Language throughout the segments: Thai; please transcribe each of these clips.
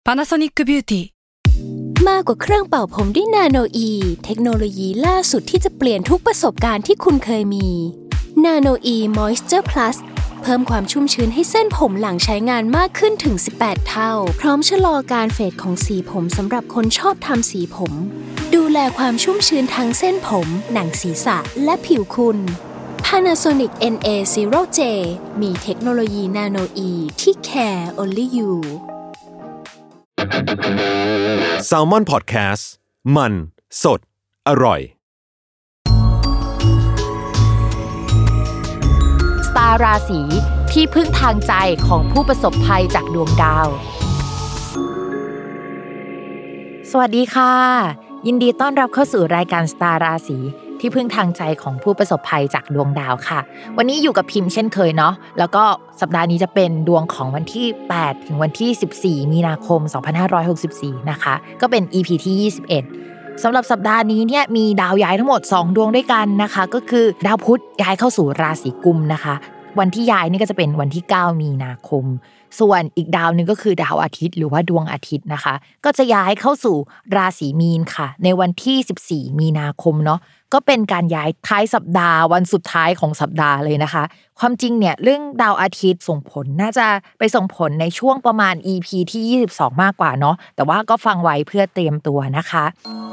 Panasonic Beauty มากกว่าเครื่องเป่าผมด้วยนาโนอีเทคโนโลยีล่าสุดที่จะเปลี่ยนทุกประสบการณ์ที่คุณเคยมีนาโนอีมอยส์เจอร์พลัสเพิ่มความชุ่มชื้นให้เส้นผมหลังใช้งานมากขึ้นถึง18เท่าพร้อมชะลอการเฟดของสีผมสำหรับคนชอบทำสีผมดูแลความชุ่มชื้นทั้งเส้นผมหนังศีรษะและผิวคุณ Panasonic NA0J มีเทคโนโลยีนาโนอีที่ care only you Salmon Podcast มันสดอร่อยสตาร์ราศีที่พึ่งทางใจของผู้ประสบภัยจากดวงดาวสวัสดีค่ะยินดีต้อนรับเข้าสู่รายการสตาร์ราศีที่พึ่งทางใจของผู้ประสบภัยจากดวงดาวค่ะวันนี้อยู่กับพิมพ์เช่นเคยเนาะแล้วก็สัปดาห์นี้จะเป็นดวงของวันที่8ถึงวันที่14มีนาคม2564นะคะก็เป็น EP ที่21สำหรับสัปดาห์นี้เนี่ยมีดาวย้ายทั้งหมด2ดวงด้วยกันนะคะก็คือดาวพุธย้ายเข้าสู่ราศีกุมนะคะวันที่ย้ายนี่ก็จะเป็นวันที่9มีนาคมส่วนอีกดาวนึงก็คือดาวอาทิตย์หรือว่าดวงอาทิตย์นะคะก็จะย้ายเข้าสู่ราศีมีนค่ะในวันที่14มีนาคมเนาะก็เป็นการย้ายท้ายสัปดาห์วันสุดท้ายของสัปดาห์เลยนะคะความจริงเนี่ยเรื่องดาวอาทิตย์ส่งผลน่าจะไปส่งผลในช่วงประมาณ EP ที่22มากกว่าเนาะแต่ว่าก็ฟังไว้เพื่อเตรียมตัวนะคะ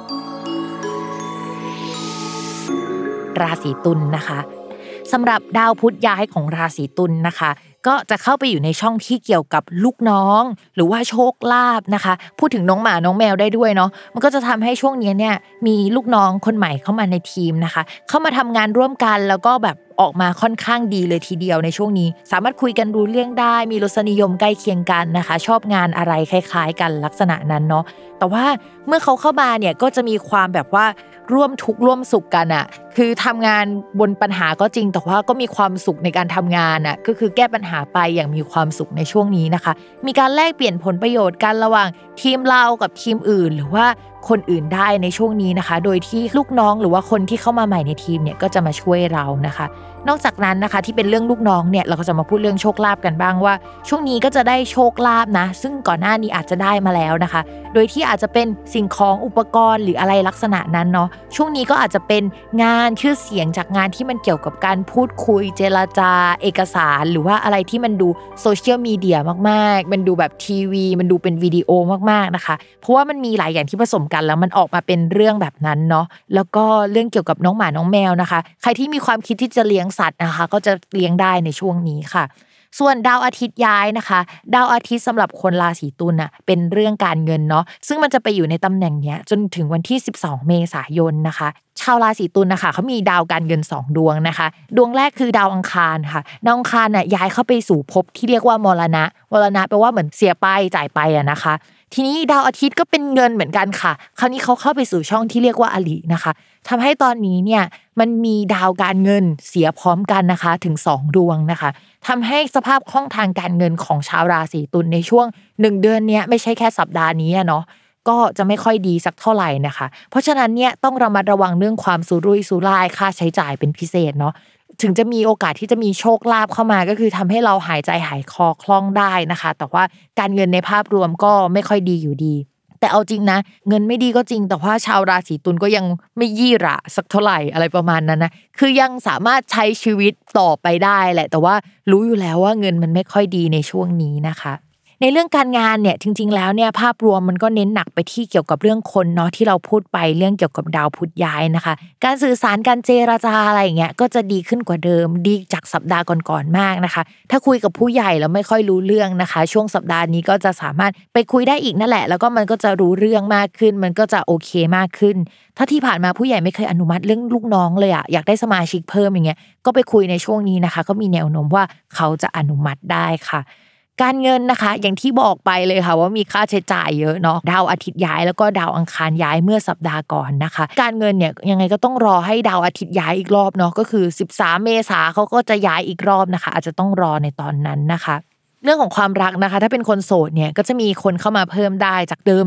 ราศีตุลนะคะสำหรับดาวพุธย้ายของราศีตุลนะคะก็จะเข้าไปอยู่ในช่องที่เกี่ยวกับลูกน้องหรือว่าโชคลาภนะคะพูดถึงน้องหมาน้องแมวได้ด้วยเนาะมันก็จะทำให้ช่วงนี้เนี่ยมีลูกน้องคนใหม่เข้ามาในทีมนะคะเข้ามาทำงานร่วมกันแล้วก็แบบออกมาค่อนข้างดีเลยทีเดียวในช่วงนี้สามารถคุยกันรู้เรื่องได้มีรสนิยมใกล้เคียงกันนะคะชอบงานอะไรคล้ายๆกันลักษณะนั้นเนาะแต่ว่าเมื่อเขาเข้ามาเนี่ยก็จะมีความแบบว่าร่วมทุกข์ร่วมสุขกันอ่ะคือทำงานบนปัญหาก็จริงแต่ว่าก็มีความสุขในการทำงานอ่ะก็คือแก้ปัญหาไปอย่างมีความสุขในช่วงนี้นะคะมีการแลกเปลี่ยนผลประโยชน์กันระหว่างทีมเรากับทีมอื่นหรือว่าคนอื่นได้ในช่วงนี้นะคะโดยที่ลูกน้องหรือว่าคนที่เข้ามาใหม่ในทีมเนี่ยก็จะมาช่วยเรานะคะนอกจากนั้นนะคะที่เป็นเรื่องลูกน้องเนี่ยเราก็จะมาพูดเรื่องโชคลาภกันบ้างว่าช่วงนี้ก็จะได้โชคลาภนะซึ่งก่อนหน้านี้อาจจะได้มาแล้วนะคะโดยที่อาจจะเป็นสิ่งของอุปกรณ์หรืออะไรลักษณะนั้นเนาะช่วงนี้ก็อาจจะเป็นงานชื่อเสียงจากงานที่มันเกี่ยวกับการพูดคุยเจรจาเอกสารหรือว่าอะไรที่มันดูโซเชียลมีเดียมากๆมันดูแบบทีวีมันดูเป็นวิดีโอมากๆนะคะเพราะว่ามันมีหลายอย่างที่ผสมกันแล้วมันออกมาเป็นเรื่องแบบนั้นเนาะแล้วก็เรื่องเกี่ยวกับน้องหมาน้องแมวนะคะใครที่มีความคิดที่จะเลี้ยงสัตว์นะคะก็จะเลี้ยงได้ในช่วงนี้ค่ะส่วนดาวอาทิตย์ย้ายนะคะดาวอาทิตย์สำหรับคนราศีตุลน่ะเป็นเรื่องการเงินเนาะซึ่งมันจะไปอยู่ในตำแหน่งเนี้ยจนถึงวันที่12เมษายนนะคะชาวราศีตุลนะคะเขามีดาวการเงิน2ดวงนะคะดวงแรกคือดาวอังคารค่ะดาวอังคารน่ะย้ายเข้าไปสู่ภพที่เรียกว่ามรณะแปลว่าเหมือนเสียไปจ่ายไปอะนะคะทีนี้ดาวอาทิตย์ก็เป็นเงินเหมือนกันค่ะคราวนี้เขาเข้าไปสู่ช่องที่เรียกว่าอรินะคะทำให้ตอนนี้เนี่ยมันมีดาวการเงินเสียพร้อมกันนะคะถึง2ดวงนะคะทำให้สภาพคล่องทางการเงินของชาวราศีตุลในช่วง1เดือนเนี้ยไม่ใช่แค่สัปดาห์นี้เนาะก็จะไม่ค่อยดีสักเท่าไหร่นะคะเพราะฉะนั้นเนี่ยต้องระมัดระวังเรื่องความสุรุ่ยสุร่ายค่าใช้จ่ายเป็นพิเศษเนาะถึงจะมีโอกาสที่จะมีโชคลาภเข้ามาก็คือทำให้เราหายใจหายคอคล่องได้นะคะแต่ว่าการเงินในภาพรวมก็ไม่ค่อยดีอยู่ดีแต่เอาจริงนะเงินไม่ดีก็จริงแต่ว่าชาวราศีตุลก็ยังไม่ยี่หร่าสักเท่าไหร่อะไรประมาณนั้นนะคือยังสามารถใช้ชีวิตต่อไปได้แหละแต่ว่ารู้อยู่แล้วว่าเงินมันไม่ค่อยดีในช่วงนี้นะคะในเรื่องการงานเนี่ยจริงๆแล้วเนี่ยภาพรวมมันก็เน้นหนักไปที่เกี่ยวกับเรื่องคนเนาะที่เราพูดไปเรื่องเกี่ยวกับดาวพุธย้ายนะคะการสื่อสารการเจรจาอะไรอย่างเงี้ยก็จะดีขึ้นกว่าเดิมดีจากสัปดาห์ก่อนๆมากนะคะถ้าคุยกับผู้ใหญ่แล้วไม่ค่อยรู้เรื่องนะคะช่วงสัปดาห์นี้ก็จะสามารถไปคุยได้อีกนั่นแหละแล้วก็มันก็จะรู้เรื่องมากขึ้นมันก็จะโอเคมากขึ้นถ้าที่ผ่านมาผู้ใหญ่ไม่เคยอนุมัติเรื่องลูกน้องเลยอะอยากได้สมาชิกเพิ่มอย่างเงี้ยก็ไปคุยในช่วงนี้นะคะก็มีแนวโน้มว่าเขาจะอนุมัติได้ค่ะการเงินนะคะอย่างที่บอกไปเลยค่ะว่ามีค่าใช้จ่ายเยอะเนาะดาวอาทิตย์ย้ายแล้วก็ดาวอังคารย้ายเมื่อสัปดาห์ก่อนนะคะการเงินเนี่ยยังไงก็ต้องรอให้ดาวอาทิตย์ย้ายอีกรอบเนาะก็คือ13เมษายนเขาก็จะย้ายอีกรอบนะคะอาจจะต้องรอในตอนนั้นนะคะ เรื่องของความรักนะคะถ้าเป็นคนโสดเนี่ยก็จะมีคนเข้ามาเพิ่มได้จากเดิมนะ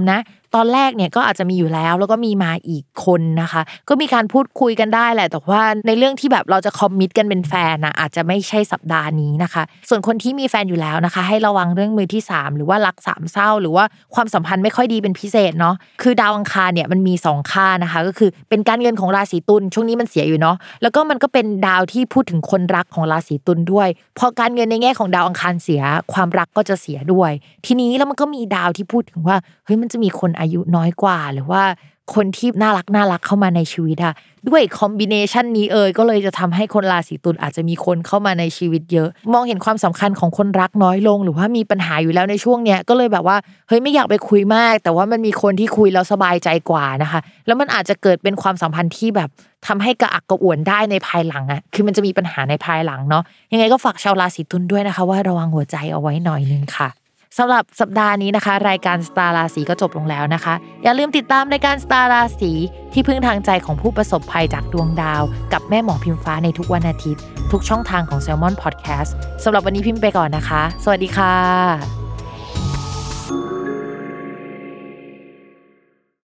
ตอนแรกเนี่ยก็อาจจะมีอยู่แล้วก็มีมาอีกคนนะคะก็มีการพูดคุยกันได้แหละแต่ว่าในเรื่องที่แบบเราจะคอมมิตกันเป็นแฟนนะอาจจะไม่ใช่สัปดาห์นี้นะคะส่วนคนที่มีแฟนอยู่แล้วนะคะให้ระวังเรื่องมือที่3หรือว่ารักสามเศร้าหรือว่าความสัมพันธ์ไม่ค่อยดีเป็นพิเศษเนาะคือดาวอังคารเนี่ยมันมี2ค่านะคะก็คือเป็นการเงินของราศีตุลช่วงนี้มันเสียอยู่เนาะแล้วก็มันก็เป็นดาวที่พูดถึงคนรักของราศีตุลด้วยพอการเงินในแง่ของดาวอังคารเสียความรักก็จะเสียด้วยทีนี้แล้วมันก็มีดาวที่พูดถึงว่าเฮ้ยมันจะมีคนอายุน้อยกว่าหรือว่าคนที่น่ารักเข้ามาในชีวิตอะด้วยคอมบิเนชันนี้ก็เลยจะทำให้คนราศีตุลอาจจะมีคนเข้ามาในชีวิตเยอะมองเห็นความสำคัญของคนรักน้อยลงหรือว่ามีปัญหาอยู่แล้วในช่วงเนี้ยก็เลยแบบว่าเฮ้ยไม่อยากไปคุยมากแต่ว่ามันมีคนที่คุยแล้วสบายใจกว่านะคะแล้วมันอาจจะเกิดเป็นความสัมพันธ์ที่แบบทำให้กระอักกระอ่วนได้ในภายหลังอะคือมันจะมีปัญหาในภายหลังเนาะยังไงก็ฝากชาวราศีตุลด้วยนะคะว่าระวังหัวใจเอาไว้หน่อยนึงค่ะสำหรับสัปดาห์นี้นะคะรายการสตาร์ราศีก็จบลงแล้วนะคะอย่าลืมติดตามรายการสตาร์ราศีที่พึ่งทางใจของผู้ประสบภัยจากดวงดาวกับแม่หมอพิมฟ้าในทุกวันอาทิตย์ทุกช่องทางของ Salmon Podcast สำหรับวันนี้พิมพ์ไปก่อนนะคะสวัสดีค่ะ